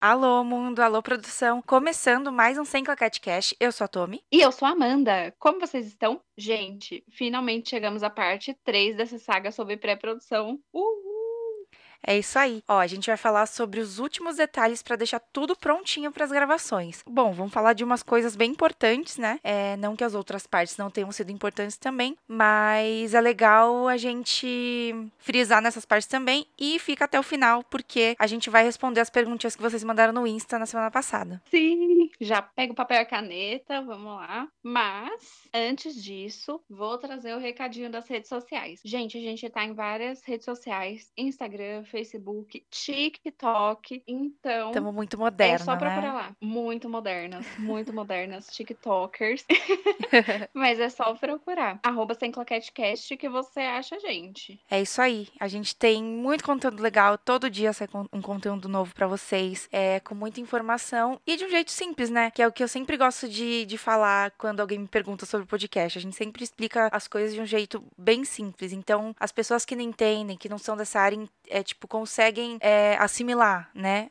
Alô, mundo, alô, produção. Começando mais um Sem Claquete Cash. Eu sou a Tommy. E eu sou a Amanda. Como vocês estão? Gente, finalmente chegamos à parte 3 dessa saga sobre pré-produção. Uhul! É isso aí. Ó, a gente vai falar sobre os últimos detalhes para deixar tudo prontinho para as gravações. Bom, vamos falar de umas coisas bem importantes, né? Não que as outras partes não tenham sido importantes também, mas é legal a gente frisar nessas partes também e fica até o final, porque a gente vai responder as perguntinhas que vocês mandaram no Insta na semana passada. Sim! Já pega o papel e a caneta, vamos lá. Mas, antes disso, vou trazer o recadinho das redes sociais. Gente, a gente tá em várias redes sociais: Instagram, Facebook, TikTok. Então, Tamo muito é só moderna, procurar né? lá. Muito modernas, TikTokers. Mas é só procurar. @sem claquetecast que você acha a gente. É isso aí. A gente tem muito conteúdo legal. Todo dia sai um conteúdo novo pra vocês. Com muita informação e de um jeito simples, né? Que é o que eu sempre gosto de falar quando alguém me pergunta sobre o podcast. A gente sempre explica as coisas de um jeito bem simples. Então, as pessoas que não entendem, que não são dessa área, conseguem assimilar, né?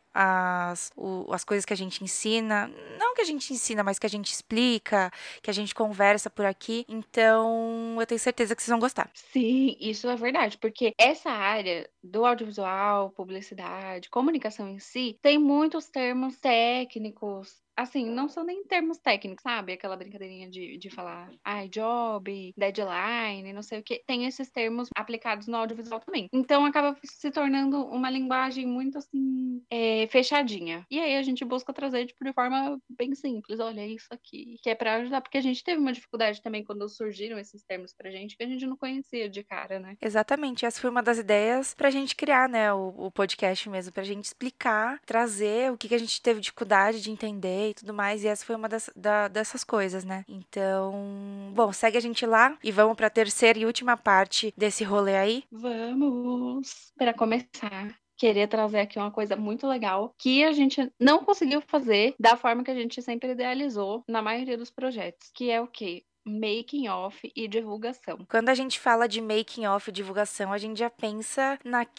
As coisas que a gente ensina. Não que a gente ensina, mas que a gente explica, que a gente conversa por aqui. Então, eu tenho certeza que vocês vão gostar. Sim, isso é verdade, porque essa área do audiovisual, publicidade, comunicação em si, tem muitos termos técnicos. Assim, não são nem termos técnicos, sabe? Aquela brincadeirinha de falar, ai, job, deadline, não sei o quê. Tem esses termos aplicados no audiovisual também. Então, acaba se tornando uma linguagem muito, assim, fechadinha. E aí, a gente busca trazer de forma bem simples. Olha, é isso aqui, que é pra ajudar, porque a gente teve uma dificuldade também quando surgiram esses termos pra gente, que a gente não conhecia de cara, né? Exatamente, essa foi uma das ideias pra gente criar, né, o podcast mesmo, pra gente explicar, trazer o que que a gente teve dificuldade de entender e tudo mais, e essa foi uma dessas coisas, né? Então, bom, segue a gente lá e vamos pra terceira e última parte desse rolê aí. Vamos! Para começar, queria trazer aqui uma coisa muito legal que a gente não conseguiu fazer da forma que a gente sempre idealizou na maioria dos projetos, que é o quê? Making off e divulgação. Quando a gente fala de making off, divulgação, a gente já pensa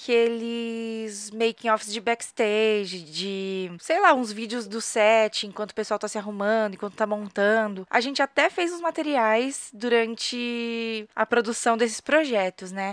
naqueles making offs de backstage, de, sei lá, uns vídeos do set, enquanto o pessoal tá se arrumando, enquanto tá montando. A gente até fez os materiais durante a produção desses projetos, né?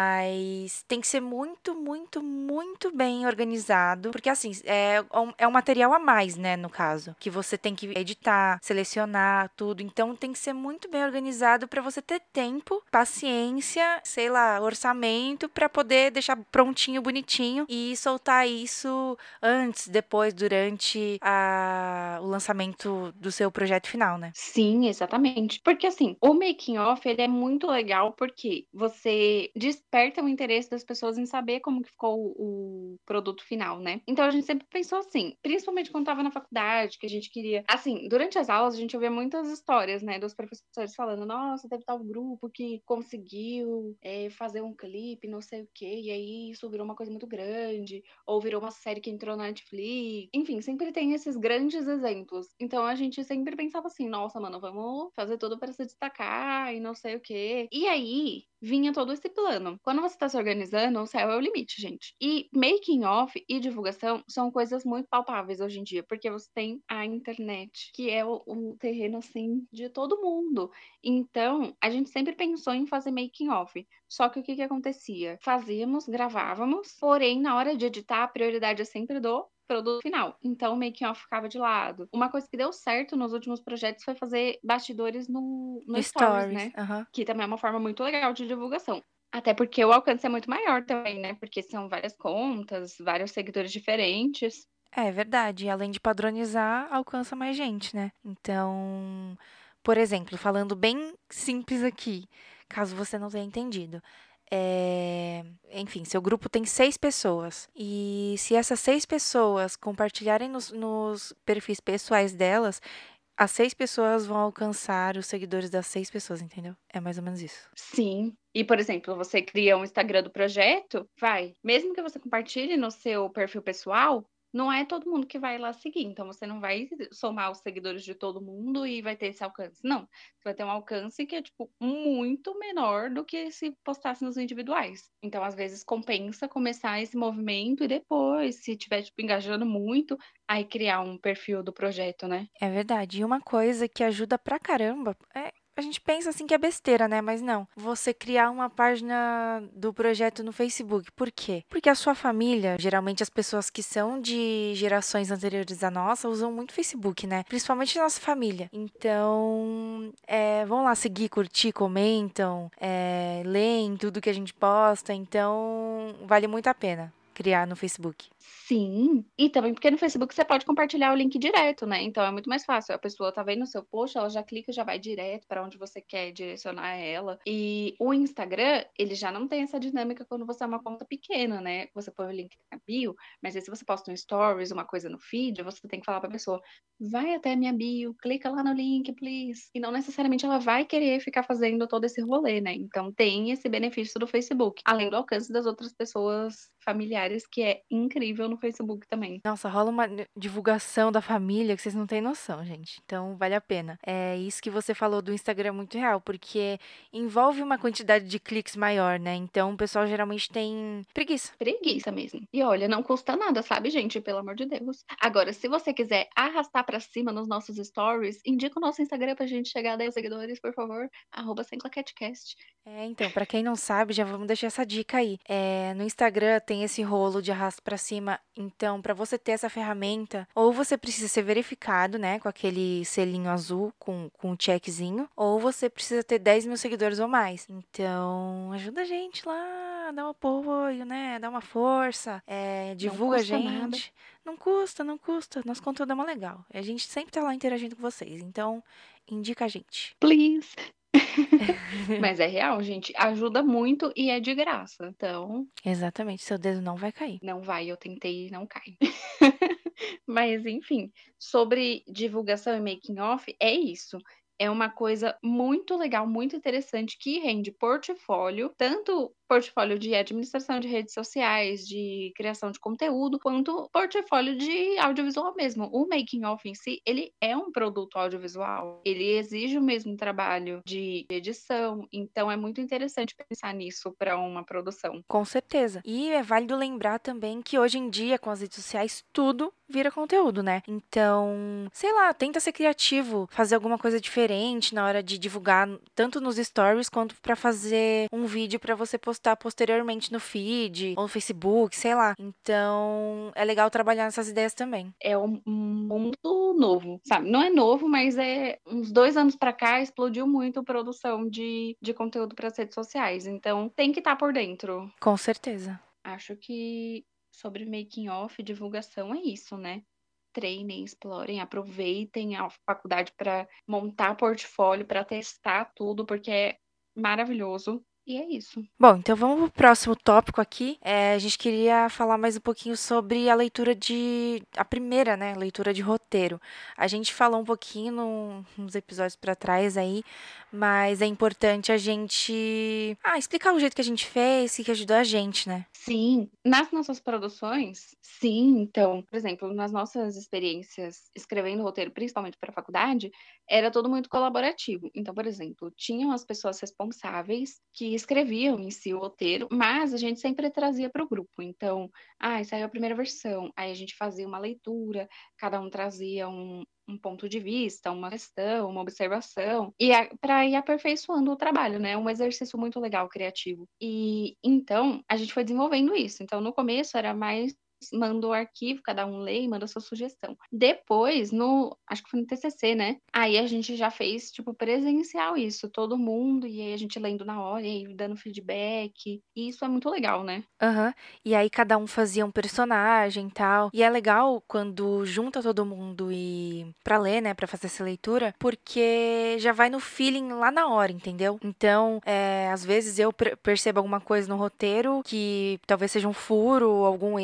Mas tem que ser muito, muito, muito bem organizado, porque assim, é um material a mais, né, no caso, que você tem que editar, selecionar tudo. Então tem que ser muito bem organizado para você ter tempo, paciência, sei lá, orçamento para poder deixar prontinho, bonitinho e soltar isso antes, depois, durante o lançamento do seu projeto final, né? Sim, exatamente. Porque assim, o making off, ele é muito legal porque você desperta o interesse das pessoas em saber como que ficou o produto final, né? Então a gente sempre pensou assim, principalmente quando tava na faculdade, que a gente queria, assim, durante as aulas a gente ouvia muitas histórias, né, dos professores falando, nossa, teve tal grupo que conseguiu fazer um clipe, não sei o quê, e aí isso virou uma coisa muito grande, ou virou uma série que entrou na Netflix. Enfim, sempre tem esses grandes exemplos. Então a gente sempre pensava assim, nossa, mano, vamos fazer tudo para se destacar e não sei o quê. E aí vinha todo esse plano. Quando você tá se organizando, o céu é o limite, gente. E making off e divulgação são coisas muito palpáveis hoje em dia, porque você tem a internet, que é o terreno assim de todo mundo. Então, a gente sempre pensou em fazer making off. Só que o que que acontecia? Fazíamos, gravávamos, porém, na hora de editar, a prioridade é sempre do produto final. Então, o making off ficava de lado. Uma coisa que deu certo nos últimos projetos foi fazer bastidores no Stories, Stories, né? aham. Que também é uma forma muito legal de divulgação. Até porque o alcance é muito maior também, né? Porque são várias contas, vários seguidores diferentes. É verdade. Além de padronizar, alcança mais gente, né? Então, por exemplo, falando bem simples aqui, caso você não tenha entendido. Enfim, seu grupo tem 6 pessoas. E se essas 6 pessoas compartilharem nos perfis pessoais delas, as 6 pessoas vão alcançar os seguidores das 6 pessoas, entendeu? É mais ou menos isso. Sim. E, por exemplo, você cria um Instagram do projeto, vai. Mesmo que você compartilhe no seu perfil pessoal, não é todo mundo que vai lá seguir. Então, você não vai somar os seguidores de todo mundo e vai ter esse alcance. Não. Você vai ter um alcance que é, tipo, muito menor do que se postasse nos individuais. Então, às vezes, compensa começar esse movimento e depois, se tiver, tipo, engajando muito, aí criar um perfil do projeto, né? É verdade. E uma coisa que ajuda pra caramba é. A gente pensa assim que é besteira, né? Mas não. Você criar uma página do projeto no Facebook. Por quê? Porque a sua família, geralmente as pessoas que são de gerações anteriores à nossa, usam muito Facebook, né? Principalmente a nossa família. Então, vão lá seguir, curtir, comentam, leem tudo que a gente posta. Então, vale muito a pena criar no Facebook. Sim, e também porque no Facebook você pode compartilhar o link direto, né? Então é muito mais fácil. A pessoa tá vendo o seu post, ela já clica, já vai direto para onde você quer direcionar ela. E o Instagram, ele já não tem essa dinâmica quando você é uma conta pequena, né? Você põe o link na bio, mas aí se você posta um stories, uma coisa no feed, você tem que falar pra pessoa, vai até a minha bio, clica lá no link, please. E não necessariamente ela vai querer ficar fazendo todo esse rolê, né? Então tem esse benefício do Facebook, além do alcance das outras pessoas familiares, que é incrível no Facebook também. Nossa, rola uma divulgação da família que vocês não têm noção, gente. Então, vale a pena. É isso que você falou do Instagram é muito real, porque envolve uma quantidade de cliques maior, né? Então, o pessoal geralmente tem preguiça. Preguiça mesmo. E olha, não custa nada, sabe, gente? Pelo amor de Deus. Agora, se você quiser arrastar pra cima nos nossos stories, indica o nosso Instagram pra gente chegar a 10 seguidores, por favor. @SemplaCatCast. Então, pra quem não sabe, já vamos deixar essa dica aí. No Instagram tem esse rolo de arrasto pra cima. Então, pra você ter essa ferramenta, ou você precisa ser verificado, né, com aquele selinho azul com o checkzinho, ou você precisa ter 10 mil seguidores ou mais. Então, ajuda a gente lá, dá um apoio, né, dá uma força, Não divulga a custa nada. gente. Não custa, não custa. Nosso conteúdo é mó legal. A gente sempre tá lá interagindo com vocês. Então, indica a gente. Please. Mas é real, gente. Ajuda muito e é de graça. Então, Exatamente, seu dedo não vai cair. não vai, eu tentei e não cai. Mas, enfim, sobre divulgação e making off, é isso. É uma coisa muito legal, muito interessante, que rende portfólio, tanto portfólio de administração de redes sociais, de criação de conteúdo, quanto portfólio de audiovisual mesmo. O making off em si, ele é um produto audiovisual. Ele exige o mesmo trabalho de edição, então é muito interessante pensar nisso para uma produção. Com certeza. E é válido lembrar também que hoje em dia, com as redes sociais, tudo vira conteúdo, né? Então, sei lá, tenta ser criativo, fazer alguma coisa diferente na hora de divulgar, tanto nos stories quanto pra fazer um vídeo pra você postar posteriormente no feed ou no Facebook, sei lá. Então, é legal trabalhar nessas ideias também. É um mundo novo, sabe? Não é novo, mas é uns 2 anos pra cá explodiu muito a produção de conteúdo para as redes sociais. Então tem que estar por dentro. Com certeza. Acho que sobre making off, divulgação é isso, né? Treinem, explorem, aproveitem a faculdade para montar portfólio, para testar tudo, porque é maravilhoso. E é isso. Bom, então vamos pro próximo tópico aqui. A gente queria falar mais um pouquinho sobre a leitura a primeira, né, leitura de roteiro. A gente falou um pouquinho nos episódios para trás aí, mas é importante a gente, explicar o jeito que a gente fez, que ajudou a gente, né? Sim, nas nossas produções, sim. Então, por exemplo, nas nossas experiências escrevendo roteiro, principalmente para a faculdade, era tudo muito colaborativo. Então, por exemplo, tinham as pessoas responsáveis que escreviam em si o roteiro, mas a gente sempre trazia para o grupo. Então, saiu a primeira versão, aí a gente fazia uma leitura, cada um trazia um ponto de vista, uma questão, uma observação, e para ir aperfeiçoando o trabalho, né? Um exercício muito legal, criativo. E então a gente foi desenvolvendo isso. Então no começo era mais manda o arquivo, cada um lê e manda a sua sugestão. Depois, acho que foi no TCC, né? Aí a gente já fez, tipo, presencial isso, todo mundo, e aí a gente lendo na hora, e aí dando feedback, e isso é muito legal, né? Aham. E aí cada um fazia um personagem e tal. E é legal quando junta todo mundo e pra ler, né, pra fazer essa leitura, porque já vai no feeling lá na hora, entendeu? Então, às vezes eu percebo alguma coisa no roteiro que talvez seja um furo, algum erro, alguma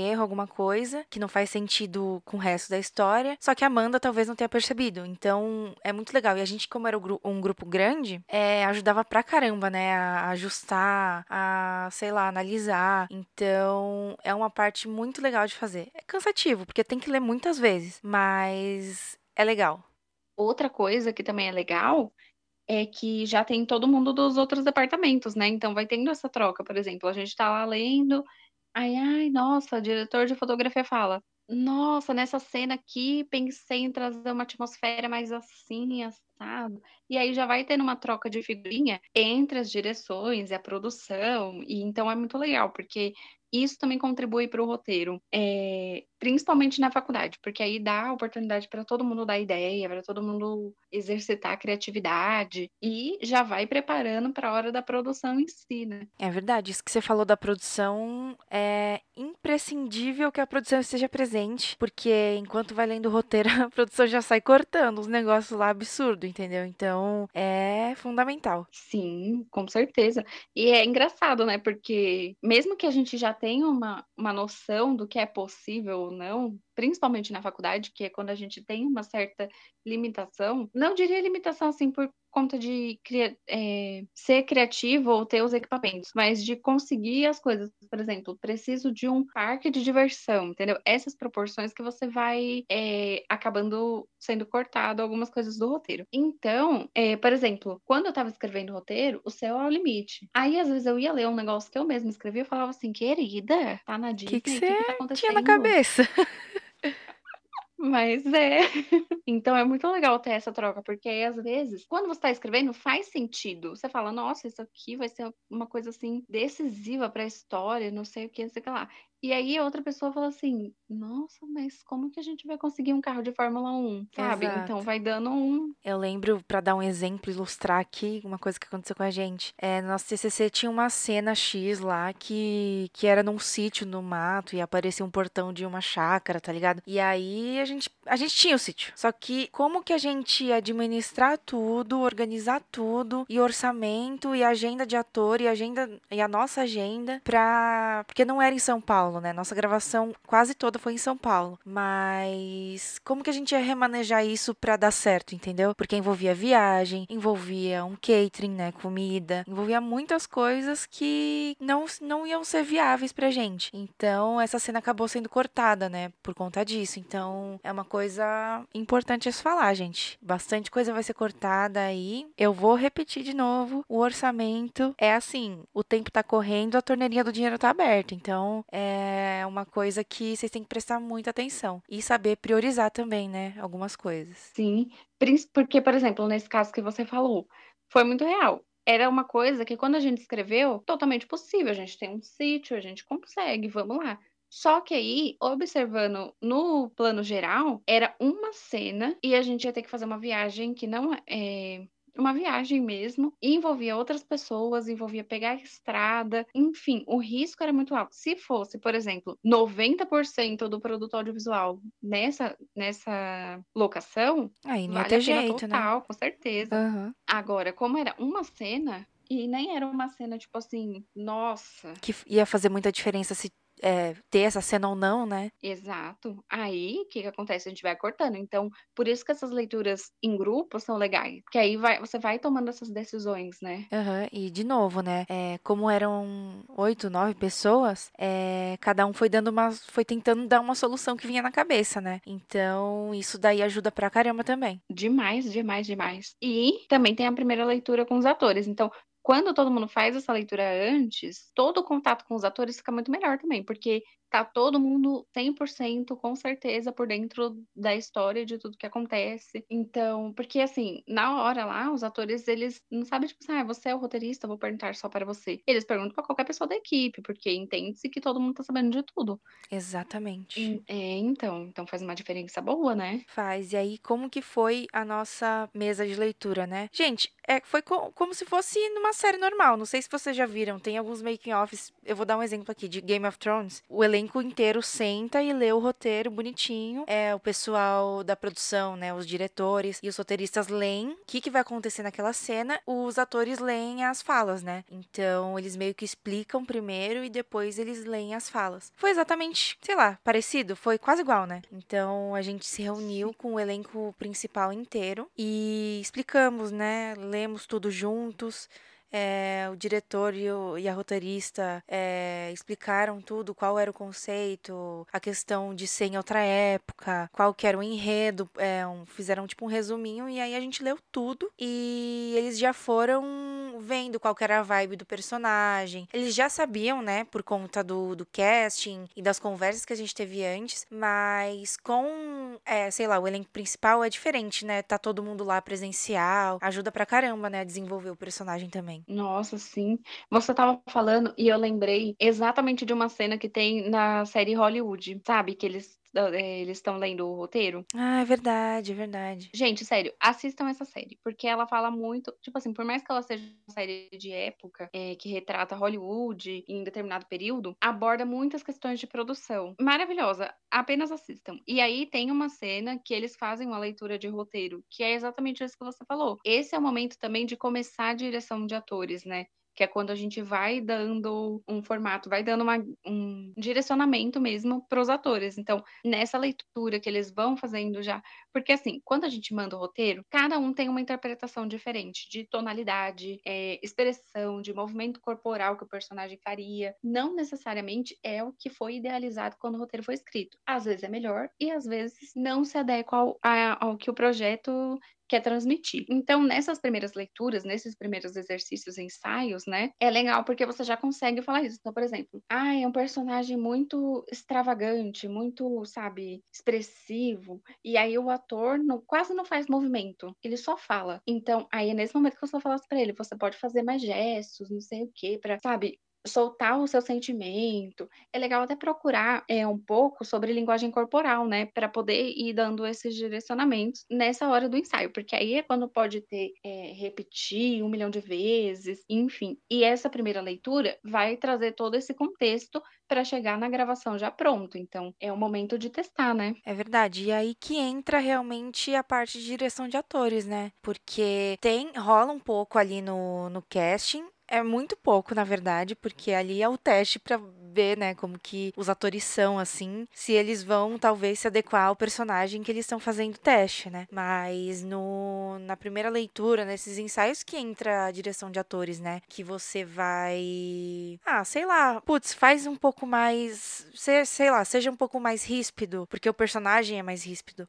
alguma coisa que não faz sentido com o resto da história, só que a Amanda talvez não tenha percebido. Então, é muito legal. E a gente, como era um grupo grande, ajudava pra caramba, né? A ajustar, sei lá, analisar. Então, é uma parte muito legal de fazer. É cansativo, porque tem que ler muitas vezes, mas é legal. Outra coisa que também é legal é que já tem todo mundo dos outros departamentos, né? Então vai tendo essa troca, por exemplo, a gente tá lá lendo, aí, ai, nossa, o diretor de fotografia fala: Nossa, nessa cena aqui pensei em trazer uma atmosfera mais assim, assado. E aí já vai tendo uma troca de figurinha entre as direções e a produção, e então é muito legal, porque isso também contribui para o roteiro, principalmente na faculdade, porque aí dá oportunidade para todo mundo dar ideia, para todo mundo exercitar a criatividade e já vai preparando para a hora da produção em si, né? É verdade, isso que você falou da produção é imprescindível que a produção esteja presente, porque enquanto vai lendo o roteiro, a produção já sai cortando os negócios lá absurdo, entendeu? Então é fundamental. Sim, com certeza. E é engraçado, né? Porque mesmo que a gente já tenha uma noção do que é possível ou não, principalmente na faculdade, que é quando a gente tem uma certa limitação, não diria limitação assim por conta de ser criativo ou ter os equipamentos, mas de conseguir as coisas. Por exemplo, preciso de um parque de diversão, entendeu? Essas proporções que você vai acabando sendo cortado algumas coisas do roteiro. Então, por exemplo, quando eu tava escrevendo o roteiro, o céu é o limite. Aí, às vezes, eu ia ler um negócio que eu mesma escrevi e eu falava assim, querida, tá na Que Disney, o você que que tá tinha na acontecendo? cabeça? Mas é. Então é muito legal ter essa troca, porque aí, às vezes, quando você está escrevendo, faz sentido. Você fala, nossa, isso aqui vai ser uma coisa assim decisiva para a história, não sei o que, não sei o que lá. E aí a outra pessoa fala assim, nossa, mas como que a gente vai conseguir um carro de Fórmula 1, sabe? Então Exato. vai dando um. Eu lembro, pra dar um exemplo, ilustrar aqui uma coisa que aconteceu com a gente. No nosso TCC tinha uma cena X lá que era num sítio no mato e aparecia um portão de uma chácara, tá ligado? E aí a gente tinha o sítio. Só que como que a gente ia administrar tudo, organizar tudo, e orçamento, e agenda de ator, e a nossa agenda porque não era em São Paulo, né? Nossa gravação quase toda foi em São Paulo. Mas como que a gente ia remanejar isso pra dar certo, entendeu? Porque envolvia viagem, envolvia um catering, né, comida, envolvia muitas coisas que não iam ser viáveis pra gente. Então, essa cena acabou sendo cortada, né, por conta disso. Então, é uma coisa importante a se falar, gente. Bastante coisa vai ser cortada aí. Eu vou repetir de novo, o orçamento é assim, o tempo tá correndo, a torneirinha do dinheiro tá aberta. Então, é uma coisa que vocês têm que prestar muita atenção e saber priorizar também, né, algumas coisas. Sim, porque, por exemplo, nesse caso que você falou, foi muito real. Era uma coisa que, quando a gente escreveu, totalmente possível. A gente tem um sítio, a gente consegue, vamos lá. Só que aí, observando no plano geral, era uma cena e a gente ia ter que fazer uma viagem que não é uma viagem mesmo, e envolvia outras pessoas, envolvia pegar a estrada, enfim, o risco era muito alto. Se fosse, por exemplo, 90% do produto audiovisual nessa locação, Aí não ia vale ter a pena jeito, né? total, com certeza. Aham. Agora, como era uma cena, e nem era uma cena tipo assim, nossa. Que ia fazer muita diferença se ter essa cena ou não, né? Exato. Aí, o que que acontece? A gente vai cortando. Então, por isso que essas leituras em grupo são legais, porque aí você vai tomando essas decisões, né? Aham. E de novo, né? Como eram 8, 9 pessoas, cada um foi tentando dar uma solução que vinha na cabeça, né? Então, isso daí ajuda pra caramba também. Demais, demais, demais. E também tem a primeira leitura com os atores. Então, quando todo mundo faz essa leitura antes, todo o contato com os atores fica muito melhor também, porque tá todo mundo 100% com certeza por dentro da história de tudo que acontece. Então, porque assim, na hora lá, os atores, eles não sabem, tipo assim, você é o roteirista, eu vou perguntar só para você. Eles perguntam para qualquer pessoa da equipe, porque entende-se que todo mundo tá sabendo de tudo. Exatamente. Então faz uma diferença boa, né? Faz. E aí, como que foi a nossa mesa de leitura, né? Gente, foi como se fosse numa série normal. Não sei se vocês já viram, tem alguns making-offs. Eu vou dar um exemplo aqui de Game of Thrones. O elenco inteiro senta e lê o roteiro bonitinho. O pessoal da produção, né, os diretores e os roteiristas leem o que vai acontecer naquela cena. Os atores leem as falas, né? Então, eles meio que explicam primeiro e depois eles leem as falas. Foi exatamente, sei lá, parecido, foi quase igual, né? Então, a gente se reuniu com o elenco principal inteiro e explicamos, né? Lemos tudo juntos. O diretor e a roteirista explicaram tudo, qual era o conceito, a questão de ser em outra época, qual que era o enredo, fizeram tipo um resuminho e aí a gente leu tudo e eles já foram vendo qual que era a vibe do personagem. Eles já sabiam, né, por conta do casting e das conversas que a gente teve antes, mas com, sei lá, o elenco principal é diferente, né? Tá todo mundo lá presencial, ajuda pra caramba, né, a desenvolver o personagem também. Nossa, sim. Você estava falando e eu lembrei exatamente de uma cena que tem na série Hollywood, sabe? Que eles estão lendo o roteiro. Ah, é verdade, é verdade. Gente, sério, assistam essa série, porque ela fala muito, tipo assim, por mais que ela seja uma série de época, que retrata Hollywood em determinado período, aborda muitas questões de produção. Maravilhosa, apenas assistam. E aí tem uma cena que eles fazem uma leitura de roteiro, que é exatamente isso que você falou. Esse é o momento também de começar a direção de atores, né? Que é quando a gente vai dando um formato, vai dando um direcionamento mesmo para os atores. Então, nessa leitura que eles vão fazendo já, porque assim, quando a gente manda o roteiro, cada um tem uma interpretação diferente de tonalidade, expressão, de movimento corporal que o personagem faria. Não necessariamente é o que foi idealizado quando o roteiro foi escrito. Às vezes é melhor e às vezes não se adequa ao que o projeto quer transmitir. Então, nessas primeiras leituras, nesses primeiros exercícios, ensaios, né, é legal porque você já consegue falar isso. Então, por exemplo, é um personagem muito extravagante, muito, sabe, expressivo, e aí o ator quase não faz movimento, ele só fala. Então, aí é nesse momento que você vai falar para ele, você pode fazer mais gestos, não sei o quê, para, sabe, soltar o seu sentimento. É legal até procurar um pouco sobre linguagem corporal, né, para poder ir dando esses direcionamentos nessa hora do ensaio, porque aí é quando pode ter repetir 1 milhão de vezes, enfim. E essa primeira leitura vai trazer todo esse contexto para chegar na gravação já pronto. Então, é o momento de testar, né? É verdade. E aí que entra realmente a parte de direção de atores, né? Porque rola um pouco ali no casting. É muito pouco, na verdade, porque ali é o teste pra ver, né, como que os atores são, assim, se eles vão, talvez, se adequar ao personagem que eles estão fazendo teste, né? Mas na primeira leitura, nesses ensaios que entra a direção de atores, né? Que você vai... sei lá, putz, faz um pouco mais... Sei lá, seja um pouco mais ríspido, porque o personagem é mais ríspido.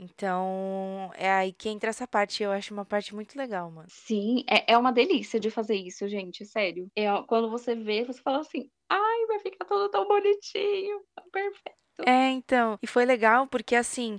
Então, é aí que entra essa parte. Eu acho uma parte muito legal, mano. Sim, é uma delícia de fazer isso, gente, sério. Quando você vê, você fala assim, ai, vai ficar tudo tão bonitinho, tão perfeito. Então, e foi legal porque assim,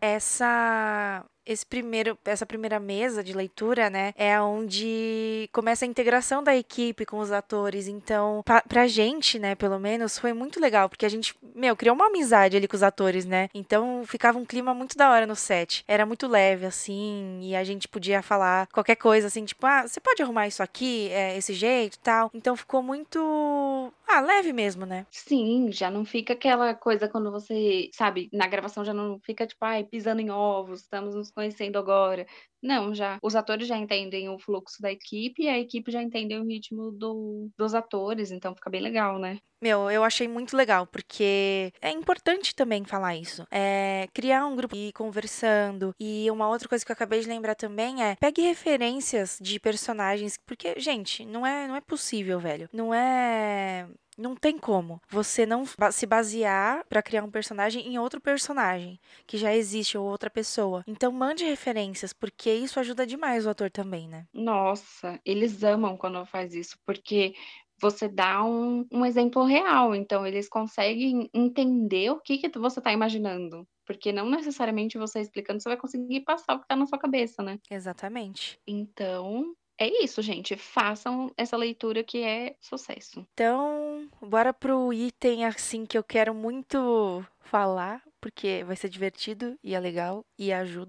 essa primeira mesa de leitura, né, é onde começa a integração da equipe com os atores. Então, pra gente, né, pelo menos, foi muito legal, porque a gente, criou uma amizade ali com os atores, né? Então, ficava um clima muito da hora no set. Era muito leve, assim, e a gente podia falar qualquer coisa, assim, tipo, você pode arrumar isso aqui, esse jeito e tal. Então, ficou muito, leve mesmo, né? Sim, já não fica aquela coisa quando você, sabe, na gravação já não fica tipo, ai, pisando em ovos, estamos nos conhecendo agora. Não, já, os atores já entendem o fluxo da equipe e a equipe já entende o ritmo dos atores, então fica bem legal, né? Eu achei muito legal, porque é importante também falar isso. Criar um grupo e ir conversando. E uma outra coisa que eu acabei de lembrar também pegue referências de personagens, porque, gente, não é possível, velho. Não tem como você não se basear pra criar um personagem em outro personagem que já existe ou outra pessoa. Então mande referências, porque isso ajuda demais o ator também, né? Nossa, eles amam quando faz isso, porque você dá um exemplo real, então eles conseguem entender o que você está imaginando. Porque não necessariamente você explicando, você vai conseguir passar o que está na sua cabeça, né? Exatamente. Então, é isso, gente. Façam essa leitura que é sucesso. Então, bora pro item assim que eu quero muito falar, porque vai ser divertido e é legal e ajuda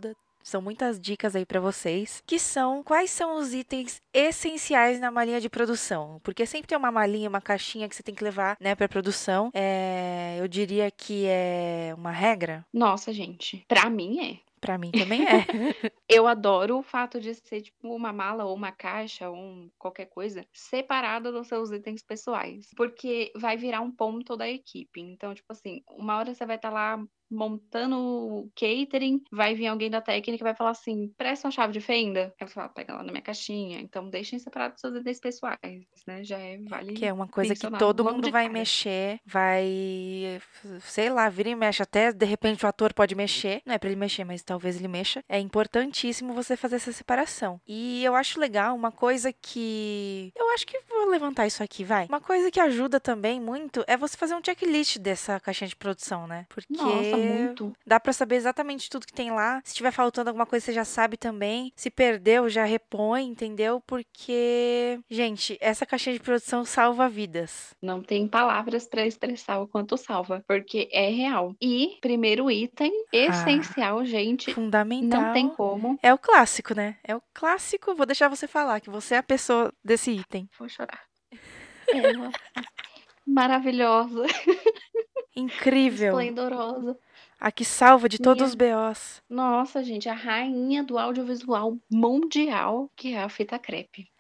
São muitas dicas aí pra vocês, que são quais são os itens essenciais na malinha de produção. Porque sempre tem uma malinha, uma caixinha que você tem que levar, né, pra produção. Eu diria que é uma regra. Nossa, gente, pra mim é. Pra mim também é. Eu adoro o fato de ser tipo uma mala ou uma caixa ou qualquer coisa separada dos seus itens pessoais, porque vai virar um ponto da equipe. Então, tipo assim, uma hora você vai estar lá montando o catering, vai vir alguém da técnica e vai falar assim: presta uma chave de fenda. Aí você fala: pega lá na minha caixinha. Então, deixem separados seus itens pessoais, né? Que Vale é uma coisa que mencionar todo logo mundo de vai cara. mexer, vai, sei lá, vira e mexe. Até de repente o ator pode mexer. Não é pra ele mexer, mas talvez ele mexa. É importantíssimo você fazer essa separação. E eu acho legal uma coisa que. Eu acho que vou levantar isso aqui, vai. Uma coisa que ajuda também muito é você fazer um checklist dessa caixinha de produção, né? Nossa, Porque muito. dá pra saber exatamente tudo que tem lá. Se tiver faltando alguma coisa, você já sabe também. Se perdeu, já repõe, entendeu? Porque, gente, essa caixinha de produção salva vidas. Não tem palavras para expressar o quanto salva, porque é real. E primeiro item Ah, essencial, gente, não tem fundamental. como. É o clássico, né? É o clássico. Vou deixar você falar que você é a pessoa desse item. Vou chorar. Ela, maravilhosa, Incrível. esplendorosa. A que salva de todos os Minha, BOs. nossa, gente, a rainha do audiovisual mundial, que é a fita crepe.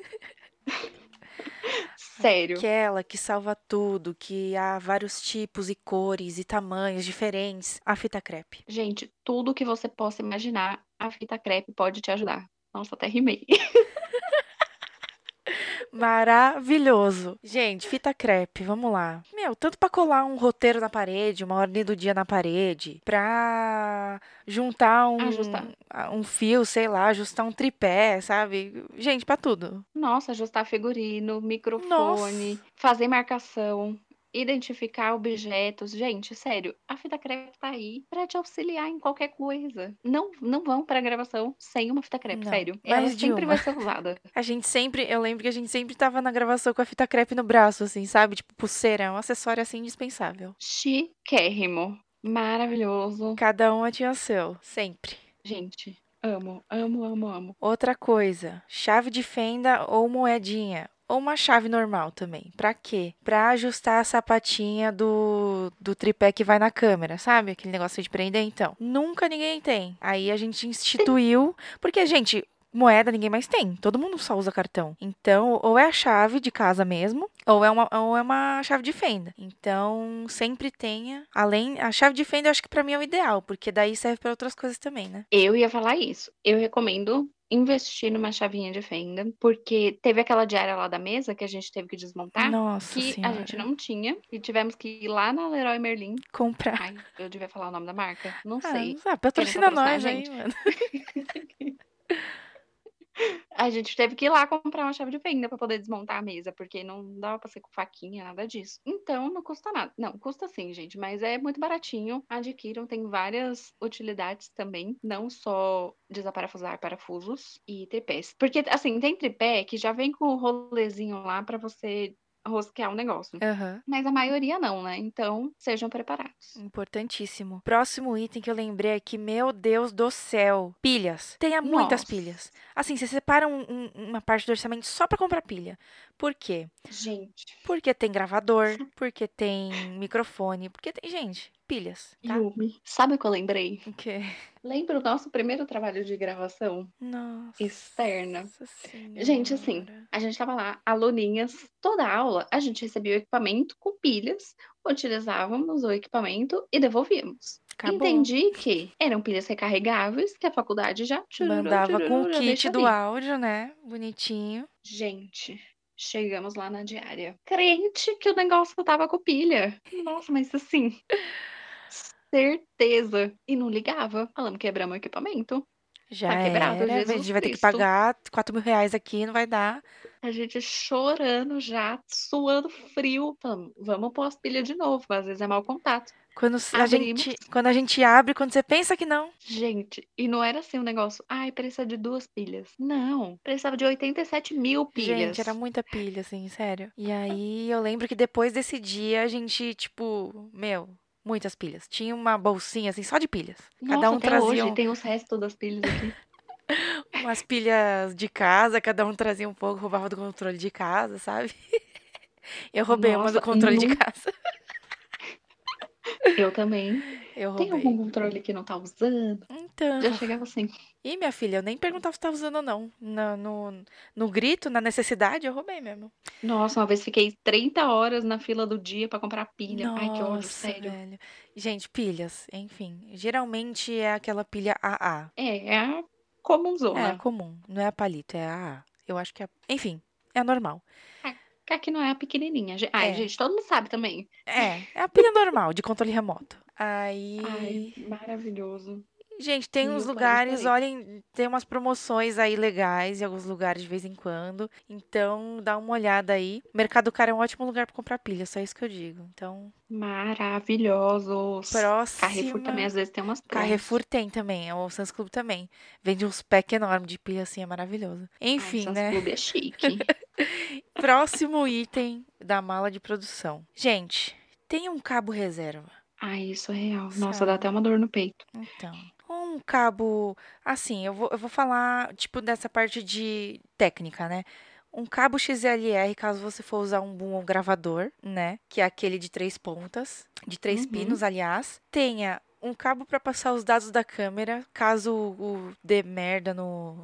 Sério. Aquela que salva tudo, que há vários tipos e cores e tamanhos diferentes. A fita crepe. Gente, tudo que você possa imaginar, a fita crepe pode te ajudar. Nossa, até rimei. Maravilhoso. Gente, fita crepe, vamos lá. Meu, tanto pra colar um roteiro na parede, uma ordem do dia na parede, pra juntar Ajustar. um fio, sei lá, ajustar um tripé, sabe? Gente, pra tudo. Nossa, ajustar figurino, Nossa. microfone, fazer marcação, identificar objetos. Gente, sério, a fita crepe tá aí pra te auxiliar em qualquer coisa. Não, não vão pra gravação sem uma fita crepe, Não, sério. Ela mais de sempre uma. vai ser usada. Eu lembro que a gente sempre tava na gravação com a fita crepe no braço, assim, sabe? Tipo, pulseira, é um acessório assim indispensável. Chiquérrimo. Maravilhoso. Cada uma tinha o seu, sempre. Gente, amo, amo, amo, amo. Outra coisa, chave de fenda ou moedinha. Ou uma chave normal também. Pra quê? Pra ajustar a sapatinha do tripé que vai na câmera, sabe? Aquele negócio de prender, então. Nunca ninguém tem. Aí a gente instituiu. Porque, gente, moeda ninguém mais tem. Todo mundo só usa cartão. Então, ou é a chave de casa mesmo, ou é uma chave de fenda. Então, sempre tenha. Além, a chave de fenda eu acho que pra mim é o ideal, porque daí serve pra outras coisas também, né? Eu ia falar isso. Eu recomendo investir numa chavinha de fenda, porque teve aquela diária lá da mesa que a gente teve que desmontar, Nossa que a gente senhora. não tinha, e tivemos que ir lá na Leroy Merlin. Comprar. Ai, eu devia falar o nome da marca? Não Ah, sei. Querem patrocina patrocinar a nós aí, gente? mano. A gente teve que ir lá comprar uma chave de fenda pra poder desmontar a mesa, porque não dava pra ser com faquinha, nada disso. Então, não custa nada. Não, custa sim, gente, mas é muito baratinho. Adquiram, tem várias utilidades também, não só desaparafusar parafusos e tripés. Porque, assim, tem tripé que já vem com o rolezinho lá pra você rosquear o negócio. Aham. Mas a maioria não, né? Então, sejam preparados. Importantíssimo. Próximo item que eu lembrei aqui, meu Deus do céu. Pilhas. Tenha muitas Nossa, pilhas. Assim, você separa uma parte do orçamento só pra comprar pilha. Por quê? gente. Porque tem gravador, porque tem microfone, porque tem, gente, pilhas, tá? Yumi, sabe o que eu lembrei? O quê? Lembra o nosso primeiro trabalho de gravação externa? Nossa Gente, assim, senhora. a gente tava lá, aluninhas, toda aula, a gente recebia o equipamento com pilhas, utilizávamos o equipamento e devolvíamos. Acabou. Entendi que eram pilhas recarregáveis, que a faculdade já, tchururu, Mandava com o tchururu, já kit deixa do ali. áudio, né? Bonitinho. Gente, chegamos lá na diária. Crente que o negócio tava com pilha. Nossa, mas assim, certeza. E não ligava. Falamos que quebramos o equipamento. Já Tá quebrado, era. A Jesus gente vai ter que Cristo. pagar 4.000 reais aqui, não vai dar. A gente chorando já, suando frio. Falamos, vamos pôr as pilhas de novo, às vezes é mau contato. Abrimos. Quando a gente abre, quando você pensa que não. Gente, e não era assim o negócio. Ai, precisa de duas pilhas. Não, precisava de 87 mil Gente, era pilhas. muita pilha, assim, sério. E aí eu lembro que depois desse dia a gente, tipo, meu, Muitas pilhas. Tinha uma bolsinha assim só de pilhas. Cada Nossa, um até trazia hoje tem os restos das pilhas aqui. umas pilhas de casa, cada um trazia um pouco, roubava do controle de casa, sabe? Eu roubei uma do Nossa, controle de casa. eu também. Eu Tem algum roubei. controle que não tá usando? Então. Já chegava assim. Ih, minha filha, eu nem perguntava se tava usando ou não. No grito, na necessidade, eu roubei mesmo. Nossa, uma vez fiquei 30 horas na fila do dia pra comprar pilha. Ai, que ódio, Nossa, sério. velho. Gente, pilhas, enfim. Geralmente é aquela pilha AA. É a É a comunzona. comum, não é a palito, é a AA. Eu acho que é. Enfim, é a normal. A que não é a pequenininha. Ai, É, gente, todo mundo sabe também. é a pilha normal, de controle remoto. Ai, Aí. maravilhoso. Gente, tem E uns eu parei, lugares, parei. olhem, tem umas promoções aí legais em alguns lugares de vez em quando. Então, dá uma olhada aí. Mercado Caro é um ótimo lugar para comprar pilha, só isso que eu digo. Então, Maravilhosos. Carrefour também próxima. às vezes tem umas promos. Carrefour tem também, o Sam's Club também. Vende uns packs enormes de pilha assim, é maravilhoso. Ai, Enfim, Sans né? Club é chique. Próximo item da mala de produção. Gente, tem um cabo reserva, Ai, isso é real. Nossa, dá até sabe? uma dor no peito. Então, um cabo, assim, eu vou falar, tipo, dessa parte de técnica, né? Um cabo XLR, caso você for usar um boom ou gravador, né? Que é aquele de 3 pontas, de 3 pinos, Uhum. aliás. Tenha um cabo para passar os dados da câmera, caso dê merda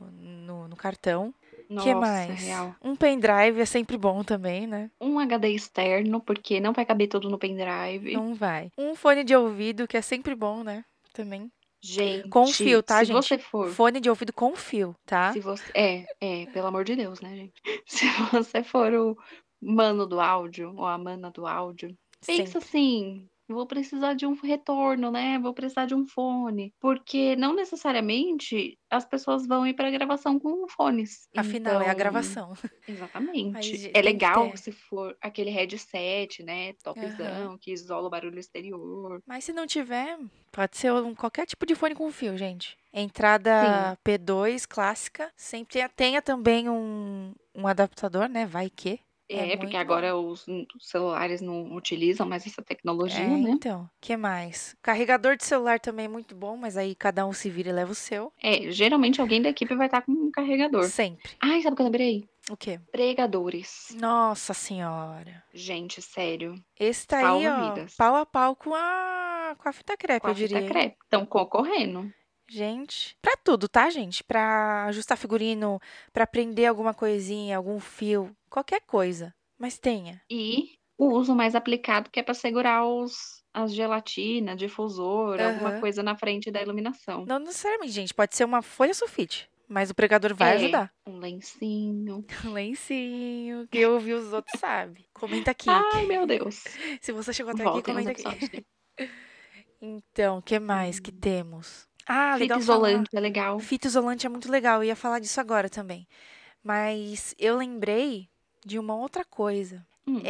no cartão. Que Nossa, mais? real. Um pendrive é sempre bom também, né? Um HD externo, porque não vai caber tudo no pendrive. Não vai. Um fone de ouvido, que é sempre bom, né? Também. Com fio, Gente, tá, se gente? você for, Fone de ouvido com fio, tá? se você, pelo amor de Deus, né, gente? Se você for o mano do áudio ou a mana do áudio, pensa Sempre. assim, vou precisar de um retorno, né? Vou precisar de um fone, porque não necessariamente as pessoas vão ir para gravação com fones. Afinal, é a Então, gravação. Mas exatamente. É tem que legal ter. se for aquele headset, né, Aham. topzão, que isola o barulho exterior. Mas se não tiver, pode ser qualquer tipo de fone com fio, gente. Sim, Entrada P2 clássica. Sempre tenha também um adaptador, né? Vai que. É porque muito bom. agora os celulares não utilizam mais essa tecnologia, É, né? então. Que mais? Carregador de celular também é muito bom, mas aí cada um se vira e leva o seu. Geralmente alguém da equipe vai estar com um carregador. Sempre. Ai, sabe o que eu lembrei? O quê? Pregadores. Nossa senhora. Gente, sério. Esse tá aí, Salva ó, vidas. pau a pau com a fita Com crepe, eu a fita diria, hein? crepe. Estão concorrendo. Gente, pra tudo, tá, gente? Pra ajustar figurino, pra prender alguma coisinha, algum fio, qualquer coisa. Mas tenha. E o uso mais aplicado que é para segurar as gelatinas, difusor, alguma Aham. coisa na frente da iluminação. Não necessariamente, gente. Pode ser uma folha sulfite, mas o pregador vai É, ajudar. um lencinho. Um lencinho, que eu ouvi os outros, sabe? Comenta aqui. Ai, meu Deus. Se você chegou até aqui, Voltem aos comenta aqui. episódios dele. Então, o que mais que Hum. temos? Ah, Fita legal falar. isolante é legal. Fita isolante é muito legal, eu ia falar disso agora também. Mas eu lembrei de uma outra coisa. Hum.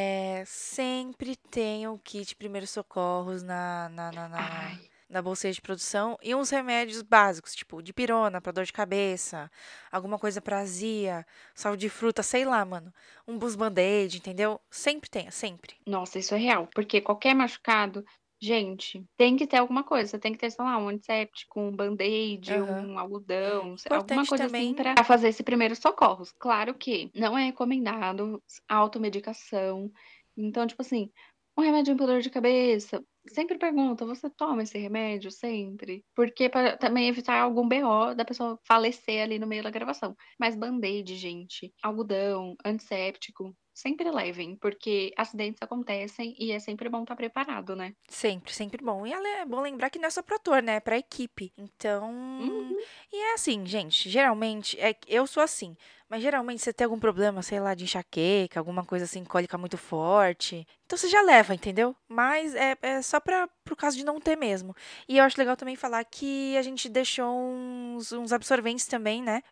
Sempre tem um kit primeiros socorros Ai, na bolsa de produção e uns remédios básicos, tipo dipirona pra dor de cabeça, alguma coisa pra azia, sal de fruta, sei lá, mano. Um bus band-aid, entendeu? Sempre tenha, sempre. nossa, isso é real. Porque qualquer machucado, gente, tem que ter alguma coisa. Você tem que ter, sei lá, um antisséptico, um band-aid, Aham. um algodão, alguma Importante coisa assim também. para fazer esse primeiros socorros. Claro que não é recomendado automedicação. Então, tipo assim, um remédio para dor de cabeça. Sempre pergunta, você toma esse remédio sempre? Porque para também evitar algum BO da pessoa falecer ali no meio da gravação. Mas band-aid, gente, algodão, antisséptico, sempre levem, porque acidentes acontecem e é sempre bom estar preparado, né? Sempre, sempre bom. E é bom lembrar que não é só pro ator, né? É pra equipe. Uhum. Então. E é assim, gente. Geralmente, eu sou assim. Mas geralmente você tem algum problema, sei lá, de enxaqueca, alguma coisa assim, cólica muito forte. Então você já leva, entendeu? Mas é só pro caso de não ter mesmo. E eu acho legal também falar que a gente deixou uns absorventes também, né?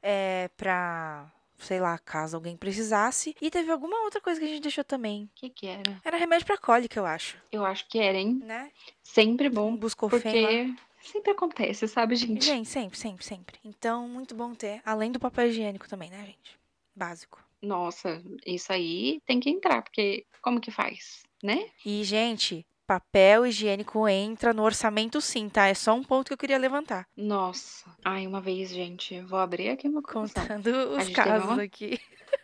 Sei lá, caso alguém precisasse. E teve alguma outra coisa que a gente deixou também. O que que era? Era remédio pra cólica, eu acho, Eu acho que era, hein? né? Sempre Um bom, Buscofen lá. porque sempre acontece, sabe, gente? Gente, sempre, sempre, sempre. Então, muito bom ter. Além do papel higiênico também, né, gente? Básico. Nossa, isso aí tem que entrar, porque como que faz, né? E, gente, papel higiênico entra no orçamento sim, tá? É só um ponto que eu queria levantar. Nossa. Ai, uma vez, gente, vou abrir aqui meu coração. Contando A os gente teve casos aqui.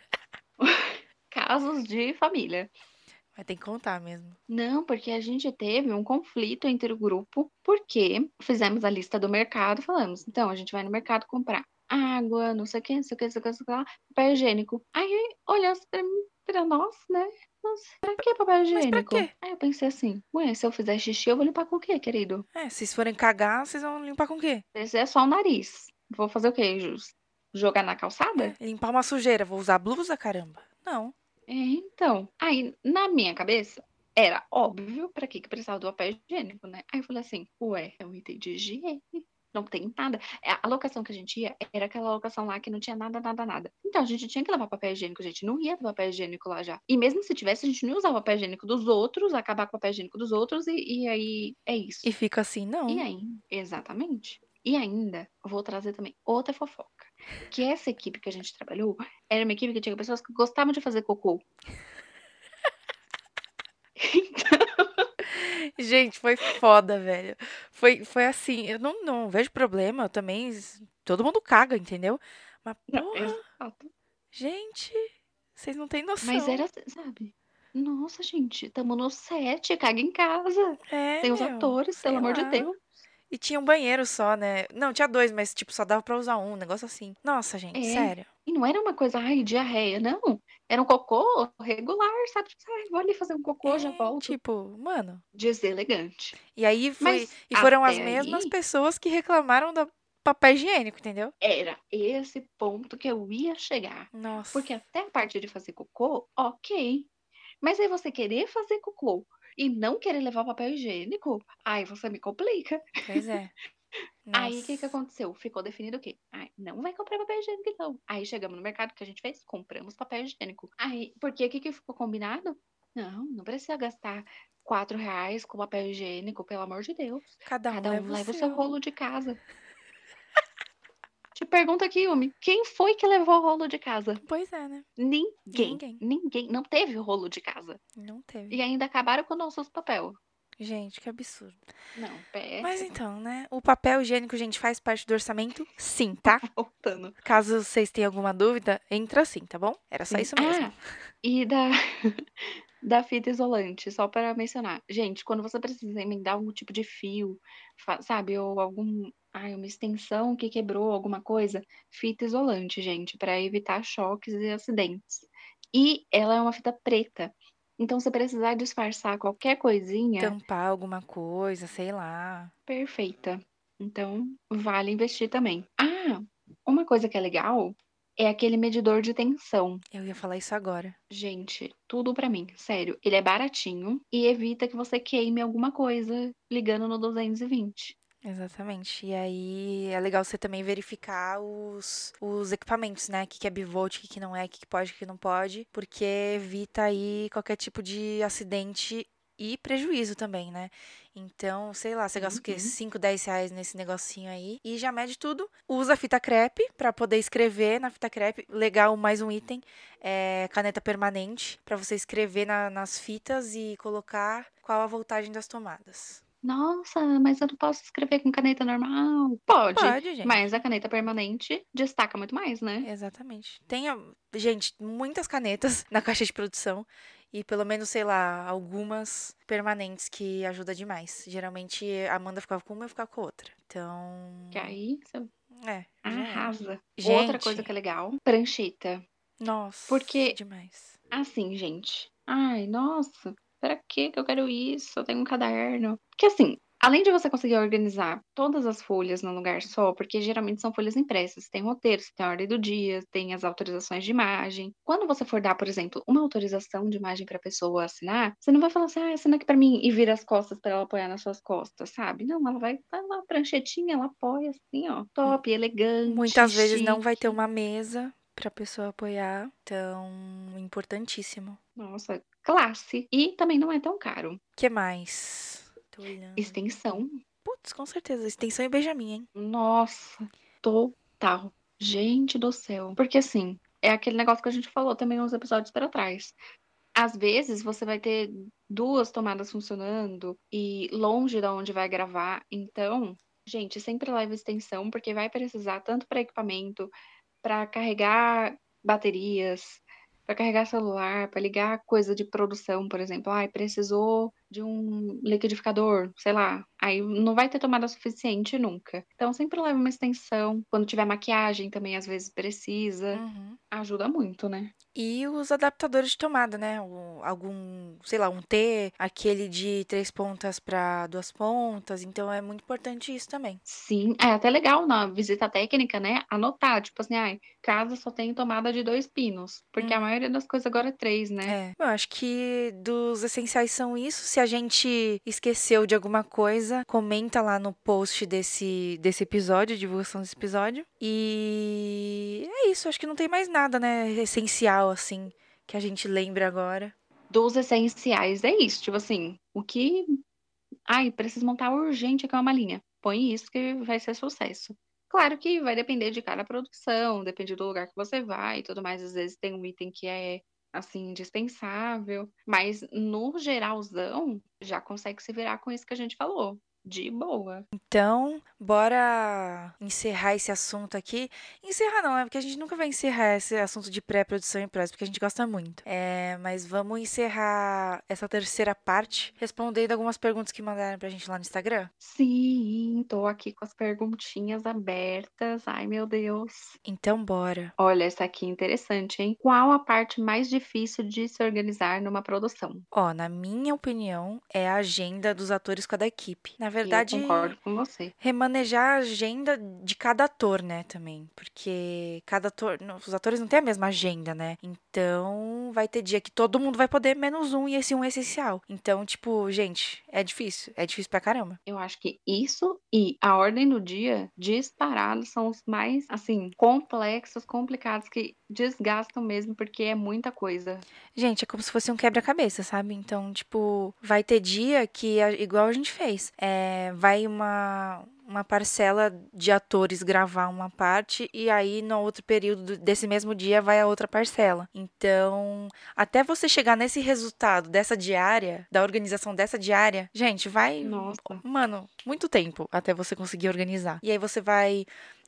casos de família. Mas tem que contar mesmo. Não, porque a gente teve um conflito entre o grupo, porque fizemos a lista do mercado, falamos, então a gente vai no mercado comprar água, não sei o que, não sei o que, não sei o que, não sei o que lá, papel higiênico. Aí olhou assim pra nós, né? Nossa, pra que papel Mas pra higiênico? quê? Aí eu pensei assim, ué, se eu fizer xixi, eu vou limpar com o quê, querido? É, se vocês forem cagar, vocês vão limpar com o quê? Esse é só o nariz. Vou fazer o quê? Jogar na É, calçada? limpar uma sujeira. Vou usar blusa, caramba? Não. É, então. Aí, na minha cabeça, era óbvio pra que precisava do papel higiênico, né? Aí eu falei assim, ué, é um item de higiene. Não tem nada. A locação que a gente ia era aquela locação lá que não tinha nada, nada, nada. Então a gente tinha que levar papel higiênico, a gente não ia ter papel higiênico lá já. E mesmo se tivesse, a gente não ia usar o papel higiênico dos outros, acabar com o papel higiênico dos outros, e aí é E isso. fica assim, E não. aí, exatamente. E ainda, vou trazer também outra fofoca. Que essa equipe que a gente trabalhou era uma equipe que tinha pessoas que gostavam de fazer cocô. Gente, foi foda, velho. Foi assim, eu não vejo problema, eu também. Todo mundo caga, entendeu? Mas, Não, porra, exato. gente, vocês não têm Mas noção. era, sabe? Nossa, gente, tamo no set, caga em casa. É, Tem os meu, atores, pelo sei amor de lá. Deus. E tinha um banheiro só, né? Não, tinha dois, mas, tipo, só dava pra usar um negócio assim. Nossa, gente, É. sério. E não era uma coisa, ai, diarreia, não. Era um cocô regular, sabe? Tipo, ai, vou ali fazer um cocô, já É, volto. tipo, mano. Deselegante. E aí foi. Mas E foram as até mesmas aí, pessoas que reclamaram do papel higiênico, entendeu? era esse ponto que eu ia chegar. Nossa. Porque até a parte de fazer cocô, ok. Mas aí você querer fazer cocô e não querer levar papel higiênico, aí você me complica. Pois é. Aí o que que Nossa. aconteceu? Ficou definido o quê? Ai, não vai comprar papel higiênico, então. Aí chegamos no mercado, o que a gente fez? Compramos papel higiênico. Aí, porque o que que ficou combinado? Não, não precisa gastar R$ 4 com papel higiênico, pelo amor de Deus. Cada um Cada um leva o leva o seu seu. rolo de casa. Te pergunta aqui, Yumi, quem foi que levou o rolo de casa? Pois é, né? Ninguém. Ninguém. Ninguém. Não teve rolo de casa. Não E teve. ainda acabaram com nossos papel. Gente, que absurdo. Não, Mas péssimo. então, né? O papel higiênico, gente, faz parte do orçamento? Sim, tá? Voltando. Caso vocês tenham alguma dúvida, entra sim, tá bom? Era só Sim. isso mesmo. Ah, e da fita isolante, só para mencionar. Gente, quando você precisa emendar algum tipo de fio, sabe, ou uma extensão que quebrou, alguma coisa, fita isolante, gente, para evitar choques e acidentes. E ela é uma fita preta. Então, se precisar disfarçar qualquer coisinha, Tampar alguma coisa, sei lá. perfeita. Então, vale investir também. Ah, uma coisa que é legal é aquele medidor de tensão. Eu ia falar isso agora. Gente, tudo pra mim, sério. Ele é baratinho e evita que você queime alguma coisa ligando no 220. Exatamente. E aí é legal você também verificar os equipamentos, né? O que que é bivolt, o que que não é, o que que pode, o que que não pode, porque evita aí qualquer tipo de acidente e prejuízo também, né? Então, sei lá, você gasta o quê? Uhum. 5, 10 reais nesse negocinho aí e já mede tudo. Usa fita crepe pra poder escrever na fita crepe. Legal, mais um item, é caneta permanente pra você escrever nas fitas e colocar qual a voltagem das tomadas. Nossa, mas eu não posso escrever com caneta normal? Pode, Pode, mas a gente. caneta permanente destaca muito mais, né? Exatamente. Tem, gente, muitas canetas na caixa de produção e pelo menos, sei lá, algumas permanentes que ajuda demais. Geralmente a Amanda ficava com uma e eu ficava com a outra. Que Então, aí você já era. arrasa. Outra coisa Gente, que é legal, prancheta. nossa, Porque, demais. assim, gente, ai, nossa, pra que eu quero isso? Eu tenho um caderno. Porque, assim, além de você conseguir organizar todas as folhas num lugar só, porque geralmente são folhas impressas, tem roteiro, tem a ordem do dia, tem as autorizações de imagem. Quando você for dar, por exemplo, uma autorização de imagem pra pessoa assinar, você não vai falar assim, ah, assina aqui pra mim e vira as costas pra ela apoiar nas suas costas, sabe? Não, ela vai tá lá, pranchetinha, ela apoia assim, ó, top, elegante, Muitas vezes não vai ter chique. uma mesa pra pessoa apoiar. Então, importantíssimo. Nossa, classe. E também não é tão caro. Que mais? Tô olhando aqui. Extensão. Putz, com certeza. Extensão e Benjamin, hein? Nossa, total. Gente do céu. Porque assim, é aquele negócio que a gente falou também uns episódios para trás. às vezes você vai ter duas tomadas funcionando e longe da onde vai gravar. Então, gente, sempre leva extensão, porque vai precisar tanto para equipamento, para carregar baterias, para carregar celular, para ligar coisa de produção, por exemplo. Ai, precisou de um liquidificador, sei lá. Aí não vai ter tomada suficiente nunca. Então sempre leva uma extensão. Quando tiver maquiagem também às vezes precisa. Uhum. Ajuda muito, né? E os adaptadores de tomada, né? Sei lá, um T, aquele de 3 pontas para 2 pontas. Então é muito importante isso também. Sim, é até legal na visita técnica, né? Anotar, tipo assim, ai, casa só tem tomada de 2 pinos, porque a Uhum. maioria das coisas agora é 3, né? É, eu acho que dos essenciais são isso. Se a gente esqueceu de alguma coisa, comenta lá no post desse episódio, divulgação desse episódio. E é isso, acho que não tem mais nada, né, essencial, assim, que a gente lembre agora. Dos essenciais é isso, tipo assim, o que, ai, preciso montar urgente aqui uma malinha. Põe isso que vai ser sucesso. Claro que vai depender de cada produção, depende do lugar que você vai e tudo mais. Às vezes tem um item que é, assim, indispensável, mas no geralzão já consegue se virar com isso que a gente falou. De boa. Então, bora encerrar esse assunto aqui. Encerrar não, é porque a gente nunca vai encerrar esse assunto de pré-produção e pós, porque a gente gosta muito. Mas vamos encerrar essa terceira parte respondendo algumas perguntas que mandaram pra gente lá no Instagram. Sim, tô aqui com as perguntinhas abertas. Ai, meu Deus. Então, bora. Olha, essa aqui é interessante, hein? Qual a parte mais difícil de se organizar numa produção? Ó, na minha opinião, é a agenda dos atores com a da equipe. Na Eu verdade, concordo com você. remanejar a agenda de cada ator, né, também. Porque cada ator, os atores não têm a mesma agenda, né? Então, vai ter dia que todo mundo vai poder, menos um, e esse um é essencial. Então, tipo, gente, é difícil. É difícil pra caramba. Eu acho que isso e a ordem do dia, disparados, são os mais, assim, complexos, complicados, que desgastam mesmo, porque é muita coisa. Gente, é como se fosse um quebra-cabeça, sabe? Então, tipo, vai ter dia que, igual a gente fez, vai uma parcela de atores gravar uma parte e aí no outro período desse mesmo dia vai a outra parcela. Então, até você chegar nesse resultado dessa diária, da organização dessa diária, gente, vai, Nossa, mano, muito tempo até você conseguir organizar. E aí você vai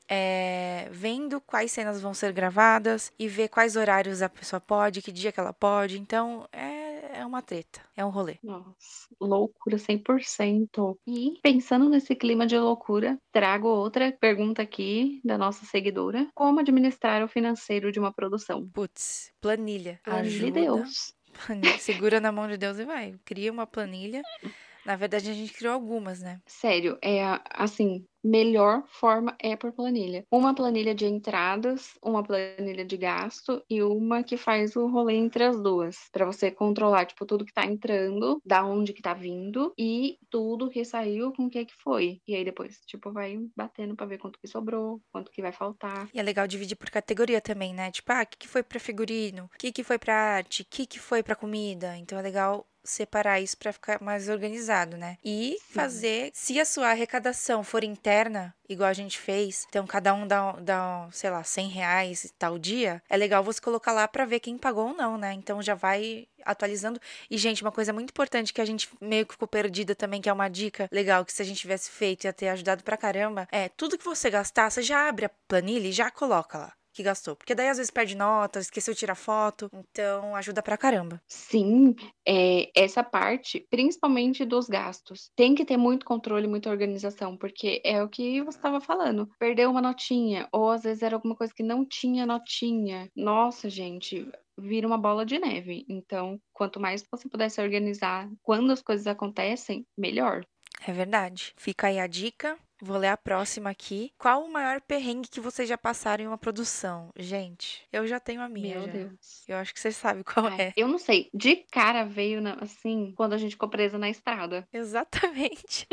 vendo quais cenas vão ser gravadas e ver quais horários a pessoa pode, que dia que ela pode. Então, é uma treta, é um rolê. nossa, loucura 100%. E pensando nesse clima de loucura, trago outra pergunta aqui da nossa seguidora: como administrar o financeiro de uma produção? Putz, planilha, Planilha e ajuda. Deus. Segura na mão de Deus e vai. Cria uma planilha. Na verdade, a gente criou algumas, né? Sério, assim, melhor forma é por planilha. Uma planilha de entradas, uma planilha de gasto e uma que faz o rolê entre as duas, pra você controlar, tipo, tudo que tá entrando, da onde que tá vindo e tudo que saiu, com o que foi. E aí depois, tipo, vai batendo pra ver quanto que sobrou, quanto que vai faltar. E é legal dividir por categoria também, né? Tipo, o que foi pra figurino? O que foi pra arte? O que foi pra comida? Então é legal separar isso pra ficar mais organizado, né? E Sim. fazer, se a sua arrecadação for interna, igual a gente fez, então cada um dá sei lá, R$ 100 tal dia, é legal você colocar lá pra ver quem pagou ou não, né? Então já vai atualizando. E, gente, uma coisa muito importante que a gente meio que ficou perdida também, que é uma dica legal, que se a gente tivesse feito ia ter ajudado pra caramba, é tudo que você gastar, você já abre a planilha e já coloca lá que gastou. Porque daí às vezes perde nota, esqueceu de tirar foto, então ajuda pra caramba. Sim, essa parte, principalmente dos gastos, tem que ter muito controle, muita organização, porque é o que você estava falando. Perdeu uma notinha, ou às vezes era alguma coisa que não tinha notinha. Nossa, gente, vira uma bola de neve. Então, quanto mais você puder se organizar quando as coisas acontecem, melhor. É verdade. Fica aí a dica. Vou ler a próxima aqui. Qual o maior perrengue que vocês já passaram em uma produção? Gente, eu já tenho a minha Meu já. Deus. Eu acho que vocês sabem qual Ai, é. eu não sei, de cara veio, assim, quando a gente ficou presa na estrada. Exatamente.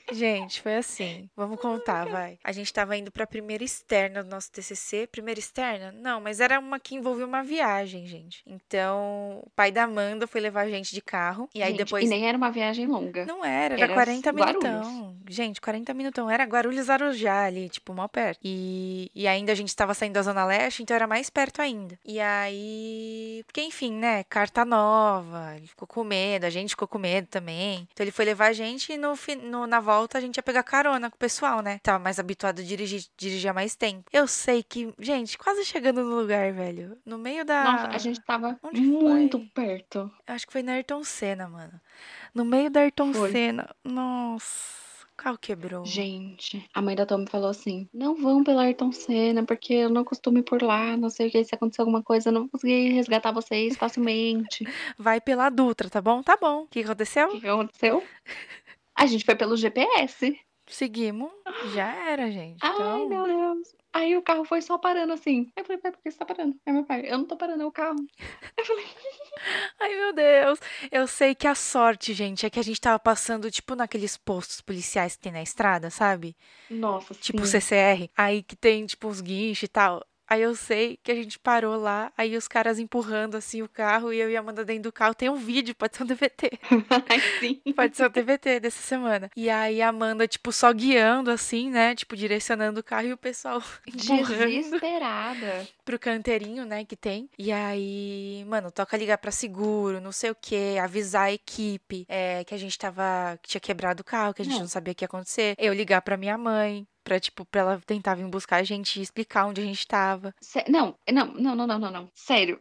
Gente, foi assim. Vamos contar, vai. A gente tava indo pra primeira externa do nosso TCC. Primeira externa? Não, mas era uma que envolvia uma viagem, gente. Então, o pai da Amanda foi levar a gente de carro. E aí Gente, e depois. nem era uma viagem longa. Não era Era 40 Guarulhos. minutão. Gente, 40 minutão. Era Guarulhos Arujá ali, tipo, mal perto. E ainda a gente estava saindo da Zona Leste, então era mais perto ainda. E aí. Porque, enfim, né? Carta nova. Ele ficou com medo, a gente ficou com medo também. Então ele foi levar a gente e na volta a gente ia pegar carona com o pessoal, né? Tava mais habituado a dirigir há mais tempo. Eu sei que, gente, quase chegando no lugar, velho. No meio Nossa, a da. gente tava Onde muito foi? perto. Acho que foi na Ayrton Senna, mano. No meio da Ayrton Foi. Senna. Nossa, o carro quebrou. Gente, a mãe da Tommy falou assim: não vão pela Ayrton Senna, porque eu não costumo ir por lá, não sei o que, se acontecer alguma coisa, eu não vou conseguir resgatar vocês facilmente. Vai pela Dutra, tá bom? Tá bom. O que O que aconteceu? que aconteceu? A gente foi pelo GPS. Seguimos. Já era, gente. Ai, Então. meu Deus. Aí o carro foi só parando assim. Aí eu falei, pai, por que você tá parando? Aí meu pai, eu não tô parando, é o carro. Eu falei, Ai, meu Deus. Eu sei que a sorte, gente, é que a gente tava passando, tipo, naqueles postos policiais que tem na estrada, sabe? nossa, Tipo sim. CCR, aí que tem tipo uns guinchos e tal. Aí eu sei que a gente parou lá, aí os caras empurrando assim o carro e eu e a Amanda dentro do carro. Tem um vídeo, pode ser um DVD. Ai, sim. Pode ser um DVD dessa semana. E aí a Amanda, tipo, só guiando assim, né? Tipo, direcionando o carro e o pessoal empurrando Desesperada. pro canteirinho, né, que tem. E aí, mano, toca ligar pra seguro, não sei o quê, avisar a equipe, que a gente tava, que tinha quebrado o carro, que a gente não Não, sabia o que ia acontecer. Eu ligar pra minha mãe, pra, tipo, pra ela tentar vir buscar a gente e explicar onde a gente tava. não, não, não, não, não, não, não. Sério.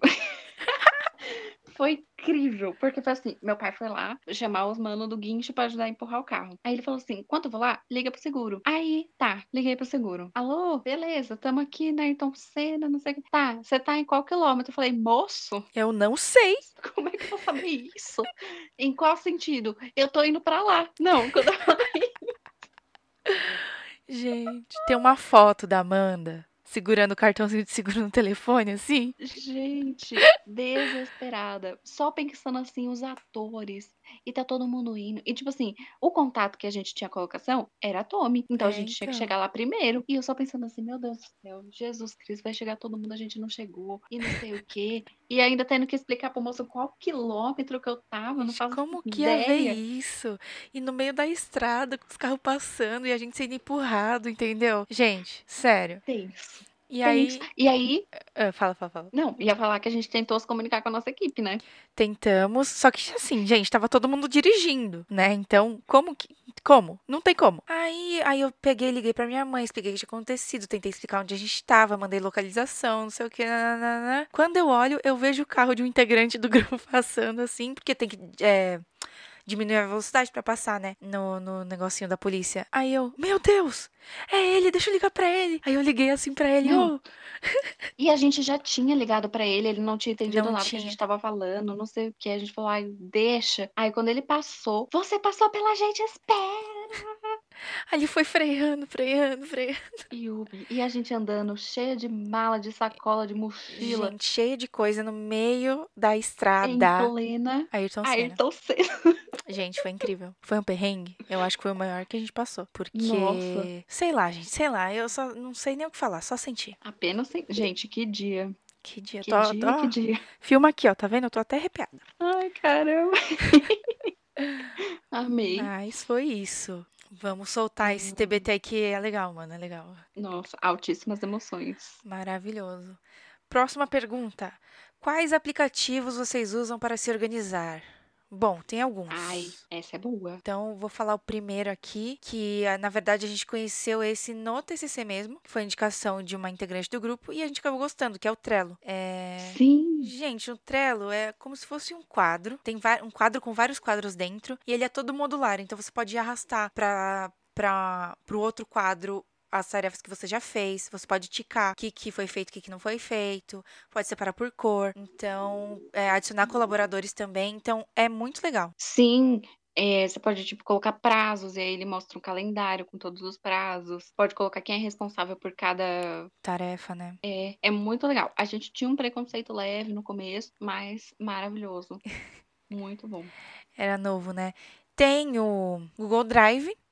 Foi incrível, porque foi assim, meu pai foi lá chamar os manos do guincho pra ajudar a empurrar o carro. Aí ele falou assim, enquanto eu vou lá, liga pro seguro. Aí, tá, liguei pro seguro. Alô, beleza, tamo aqui na Ayrton Senna, não sei o que. Tá, você tá em qual quilômetro? Eu falei, moço, Eu não sei. como é que eu vou saber isso? Em qual sentido? Eu tô indo pra lá. Não, quando eu falei, Gente, tem uma foto da Amanda segurando o cartãozinho de seguro no telefone, assim. gente, desesperada, só pensando assim, os atores, e tá todo mundo indo. E tipo assim, o contato que a gente tinha com a locação era a Tommy, então a É, gente tinha que então. chegar lá primeiro. E eu só pensando assim, meu Deus do céu, Jesus Cristo, vai chegar todo mundo, a gente não chegou, e não sei o quê. E ainda tendo que explicar pro moço qual quilômetro que eu tava, não Gente, faço como que ia ver ideia. isso? E no meio da estrada, com os carros passando e a gente sendo empurrado, entendeu? Gente, sério. Tenso, E tenso. aí. E aí, Fala. não, ia falar que a gente tentou se comunicar com a nossa equipe, né? Tentamos, só que assim, gente, tava todo mundo dirigindo, né? Então, como que. Como? Não tem como. Aí eu peguei, liguei pra minha mãe, expliquei o que tinha acontecido, tentei explicar onde a gente tava, mandei localização, não sei o que. Nananana. Quando eu olho, eu vejo o carro de um integrante do grupo passando assim, porque tem que diminuir a velocidade pra passar, né? No negocinho da polícia. Aí eu, meu Deus, é ele, deixa eu ligar pra ele. Aí eu liguei assim pra ele, Não, ô, e a gente já tinha ligado pra ele, ele não tinha entendido não nada que a gente tinha. tava falando, não sei o que. A gente falou, ai, deixa. Aí quando ele passou, você passou pela gente, espera! Aí ele foi freando. E a gente andando cheia de mala, de sacola, de mochila, Gente, cheia de coisa no meio da em estrada. plena Ayrton Senna. Ayrton Senna. Gente, foi incrível. Foi um perrengue. Eu acho que foi o maior que a gente passou. Nossa, Porque, sei lá, gente, sei lá. Eu só não sei nem o que falar, só senti. apenas sem... Gente, que dia. Que dia. Que dia, que Ó, dia. filma aqui, ó, tá vendo? Eu tô até arrepiada. Ai, caramba. Amei. Mas foi isso. Vamos soltar esse Hum, TBT aí que é legal, mano. É legal. Nossa, altíssimas emoções. Maravilhoso. Próxima pergunta. Quais aplicativos vocês usam para se organizar? Bom, tem Ai, alguns. essa é boa. Então, vou falar o primeiro aqui, que na verdade a gente conheceu esse no TCC mesmo, que foi indicação de uma integrante do grupo, e a gente acabou gostando, que é o Trello. Sim. Gente, o Trello é como se fosse um quadro, tem um quadro com vários quadros dentro, e ele é todo modular, então você pode arrastar para o outro quadro as tarefas que você já fez, você pode ticar o que foi feito, o que não foi feito, pode separar por cor, então, adicionar colaboradores também, então é muito legal. Sim, você pode, tipo, colocar prazos, e aí ele mostra um calendário com todos os prazos. Pode colocar quem é responsável por cada. Tarefa, né? É muito legal. A gente tinha um preconceito leve no começo, mas maravilhoso. Muito bom. Era novo, né? Tem o Google Drive,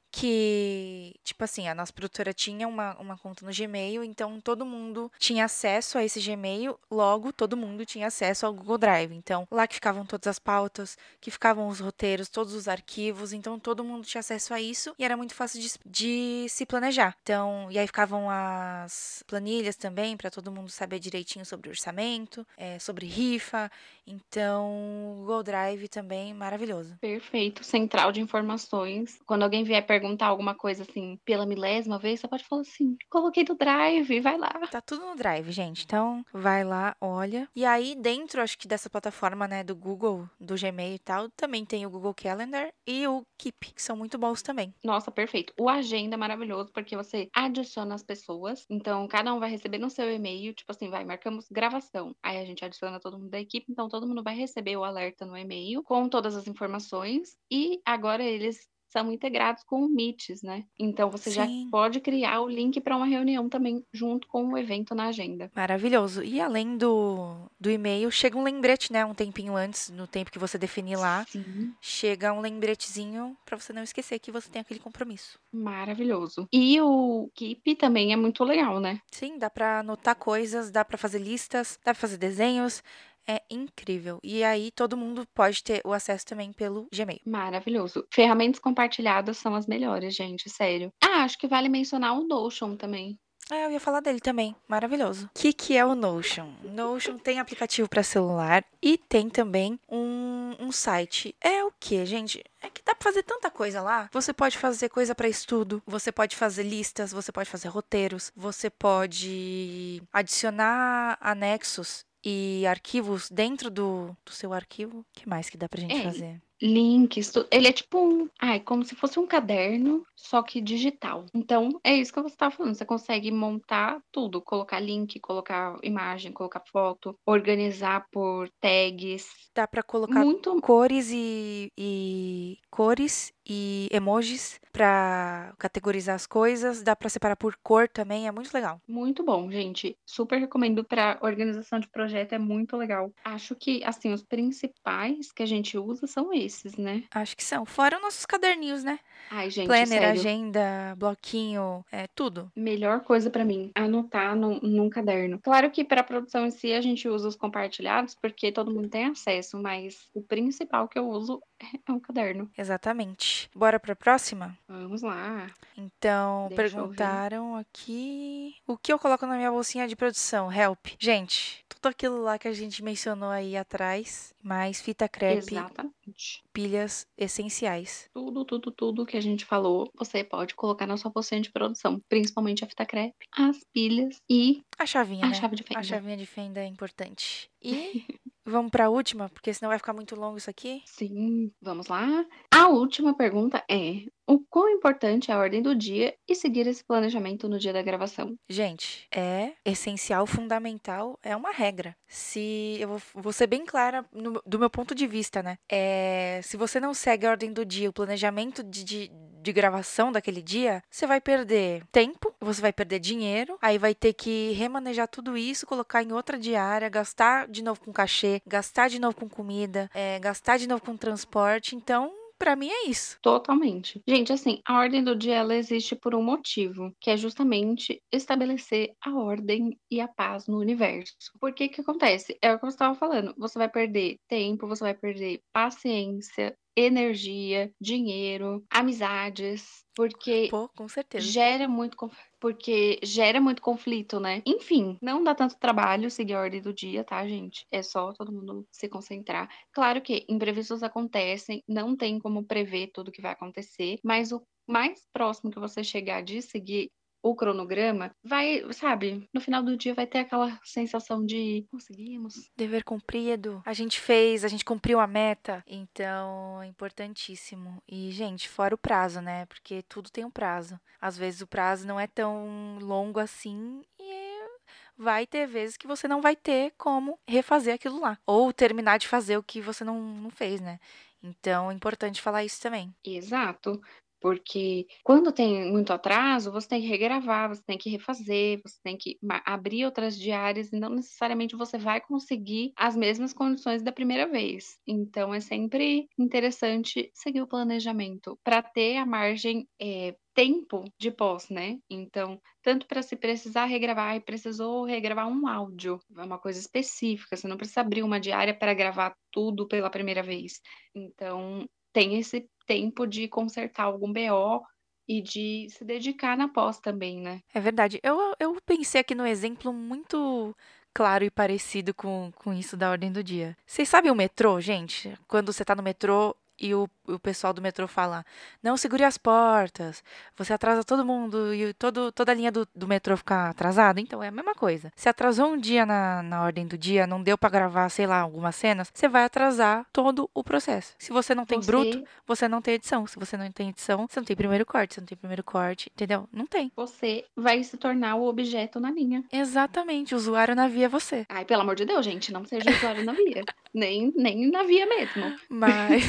que, tipo assim, a nossa produtora tinha uma conta no Gmail, então todo mundo tinha acesso a esse Gmail, logo todo mundo tinha acesso ao Google Drive. Então, lá que ficavam todas as pautas, que ficavam os roteiros, todos os arquivos, então todo mundo tinha acesso a isso e era muito fácil de se planejar. Então, e aí ficavam as planilhas também para todo mundo saber direitinho sobre orçamento, sobre rifa. Então, o Google Drive também maravilhoso. Perfeito, central de informações. Quando alguém vier perguntar alguma coisa assim, pela milésima vez, você pode falar assim: coloquei do Drive, vai lá. Tá tudo no Drive, gente. Então, vai lá, olha. E aí, dentro, acho que dessa plataforma, né, do Google, do Gmail e tal, também tem o Google Calendar e o Keep, que são muito bons também. Nossa, perfeito. O Agenda é maravilhoso porque você adiciona as pessoas. Então, cada um vai receber no seu e-mail, tipo assim, vai, marcamos gravação. Aí a gente adiciona todo mundo da equipe, então todo mundo vai receber o alerta no e-mail com todas as informações. E agora eles são integrados com o Meets, né? Então você já Sim, pode criar o link para uma reunião também junto com o evento na agenda. maravilhoso. E além do e-mail, chega um lembrete, né, um tempinho antes, no tempo que você definir lá, Sim. chega um lembretezinho pra você não esquecer que você tem aquele compromisso. Maravilhoso. E o Keep também é muito legal, né? Sim, dá pra anotar coisas, dá pra fazer listas, dá pra fazer desenhos. É incrível. E aí todo mundo pode ter o acesso também pelo Gmail. Maravilhoso. Ferramentas compartilhadas são as melhores, gente, sério. Ah, acho que vale mencionar o Notion também. Ah, eu ia falar dele também. Maravilhoso. O que é o Notion? Notion tem aplicativo para celular e tem também um site. É o que, gente? É que dá pra fazer tanta coisa lá. Você pode fazer coisa para estudo, você pode fazer listas, você pode fazer roteiros, você pode adicionar anexos e arquivos dentro do seu arquivo. O que mais que dá pra gente É, fazer? links, ele é tipo como se fosse um caderno, só que digital. Então, é isso que você estava falando. Você consegue montar tudo, colocar link, colocar imagem, colocar foto, organizar por tags. Dá pra colocar Muito, cores e cores e emojis pra categorizar as coisas. Dá pra separar por cor também, é muito legal. muito bom, gente. Super recomendo para organização de projeto, é muito legal. Acho que, assim, os principais que a gente usa são esses, né? Acho que são. Fora os nossos caderninhos, né? Ai, gente, Planner, sério. agenda, bloquinho, tudo. Melhor coisa para mim, anotar num caderno. Claro que para a produção em si a gente usa os compartilhados, porque todo mundo tem acesso, mas o principal que eu uso é um caderno. Exatamente. Bora pra próxima? Vamos lá, Então, deixa eu ver. perguntaram aqui o que eu coloco na minha bolsinha de produção? Help. Gente, tudo aquilo lá que a gente mencionou aí atrás, mais fita crepe, Exatamente. pilhas essenciais. Tudo que a gente falou, você pode colocar na sua bolsinha de produção, principalmente a fita crepe, as pilhas e A chavinha, a né? chave de A fenda. chavinha de fenda é importante. E vamos para a última, porque senão vai ficar muito longo isso aqui. Sim, vamos lá. A última pergunta é: o quão importante é a ordem do dia e seguir esse planejamento no dia da gravação? Gente, é essencial, fundamental, é uma regra. Se eu vou ser bem clara do meu ponto de vista, né? Se você não segue a ordem do dia, o planejamento de gravação daquele dia, você vai perder tempo, você vai perder dinheiro, aí vai ter que remanejar tudo isso, colocar em outra diária, gastar de novo com cachê, gastar de novo com comida, gastar de novo com transporte. Então, pra mim é isso. Totalmente. Gente, assim, a ordem do dia ela existe por um motivo, que é justamente estabelecer a ordem e a paz no universo. Por que que acontece? É o que eu estava falando. Você vai perder tempo, você vai perder paciência, energia, dinheiro, amizades, Pô, com certeza. porque gera muito conflito, né? Enfim, não dá tanto trabalho seguir a ordem do dia, tá, gente? É só todo mundo se concentrar. Claro que imprevistos acontecem, não tem como prever tudo que vai acontecer, mas o mais próximo que você chegar de seguir o cronograma, vai, sabe, no final do dia vai ter aquela sensação de conseguimos. Dever cumprido. A gente fez, a gente cumpriu a meta. Então, é importantíssimo. E, gente, fora o prazo, né? Porque tudo tem um prazo. Às vezes o prazo não é tão longo assim e vai ter vezes que você não vai ter como refazer aquilo lá. Ou terminar de fazer o que você não fez, né? Então, é importante falar isso também. Exato. Porque quando tem muito atraso, você tem que regravar, você tem que refazer, você tem que abrir outras diárias e não necessariamente você vai conseguir as mesmas condições da primeira vez. Então é sempre interessante seguir o planejamento para ter a margem, tempo de pós, né? Então, tanto para se precisar regravar e precisou regravar um áudio, é uma coisa específica, você não precisa abrir uma diária para gravar tudo pela primeira vez. Então, tem esse tempo de consertar algum BO e de se dedicar na pós também, né? É verdade. Eu pensei aqui no exemplo muito claro e parecido com isso da ordem do dia. Vocês sabem o metrô, gente? Quando você tá no metrô e o pessoal do metrô fala, não segure as portas, você atrasa todo mundo e toda a linha do metrô fica atrasada. Então é a mesma coisa. Se atrasou um dia na ordem do dia, não deu pra gravar, sei lá, algumas cenas, você vai atrasar todo o processo. Se você não tem bruto, Você, você não tem edição. Se você não tem edição, você não tem primeiro corte. Se não tem primeiro corte, entendeu? Não tem. você vai se tornar o objeto na linha. Exatamente, o usuário na via é você. Ai, pelo amor de Deus, gente, não seja usuário na via. Nem na via mesmo. Mas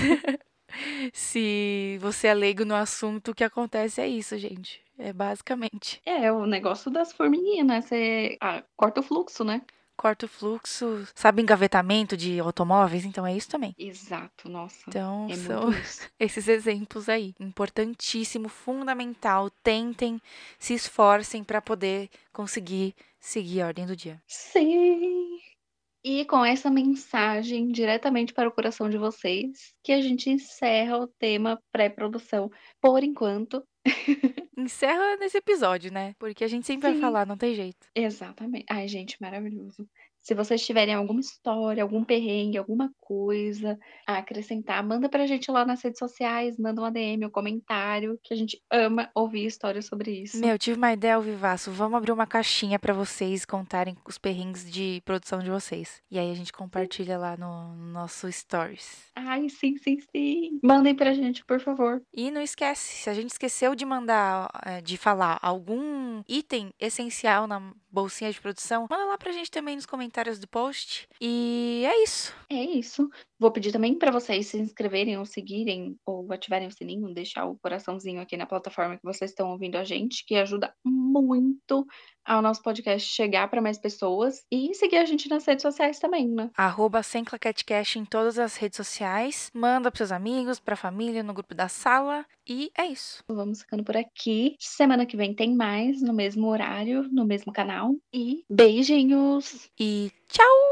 se você é leigo no assunto, o que acontece é isso, gente. É basicamente. É o negócio das formiguinhas, né? Você corta o fluxo, né? Corta o fluxo, sabe engavetamento de automóveis? Então é isso também. Exato, nossa. Então É são muito isso. esses exemplos aí. Importantíssimo, fundamental. Tentem, se esforcem para poder conseguir seguir a ordem do dia. Sim. E com essa mensagem diretamente para o coração de vocês, que a gente encerra o tema pré-produção por enquanto. Encerra nesse episódio, né? Porque a gente sempre vai Sim, falar, não tem jeito. exatamente. Ai, gente, maravilhoso. Se vocês tiverem alguma história, algum perrengue, alguma coisa a acrescentar, manda pra gente lá nas redes sociais, manda uma DM, um comentário, que a gente ama ouvir histórias sobre isso. Meu, tive uma ideia ao vivaço. Vamos abrir uma caixinha pra vocês contarem os perrengues de produção de vocês. E aí a gente compartilha lá no nosso Stories. Ai, sim, sim, sim. Mandem pra gente, por favor. E não esquece, se a gente esqueceu de mandar, de falar algum item essencial na bolsinha de produção, manda lá pra gente também nos comentários do post. E é isso. É isso. Vou pedir também para vocês se inscreverem ou seguirem ou ativarem o sininho, deixar o coraçãozinho aqui na plataforma que vocês estão ouvindo a gente, que ajuda muito ao nosso podcast chegar para mais pessoas e seguir a gente nas redes sociais também, né? Sem claquetecast em todas as redes sociais. Manda pros seus amigos, pra família, no grupo da sala. E é isso. Vamos ficando por aqui. Semana que vem tem mais, no mesmo horário, no mesmo canal. E beijinhos! E tchau!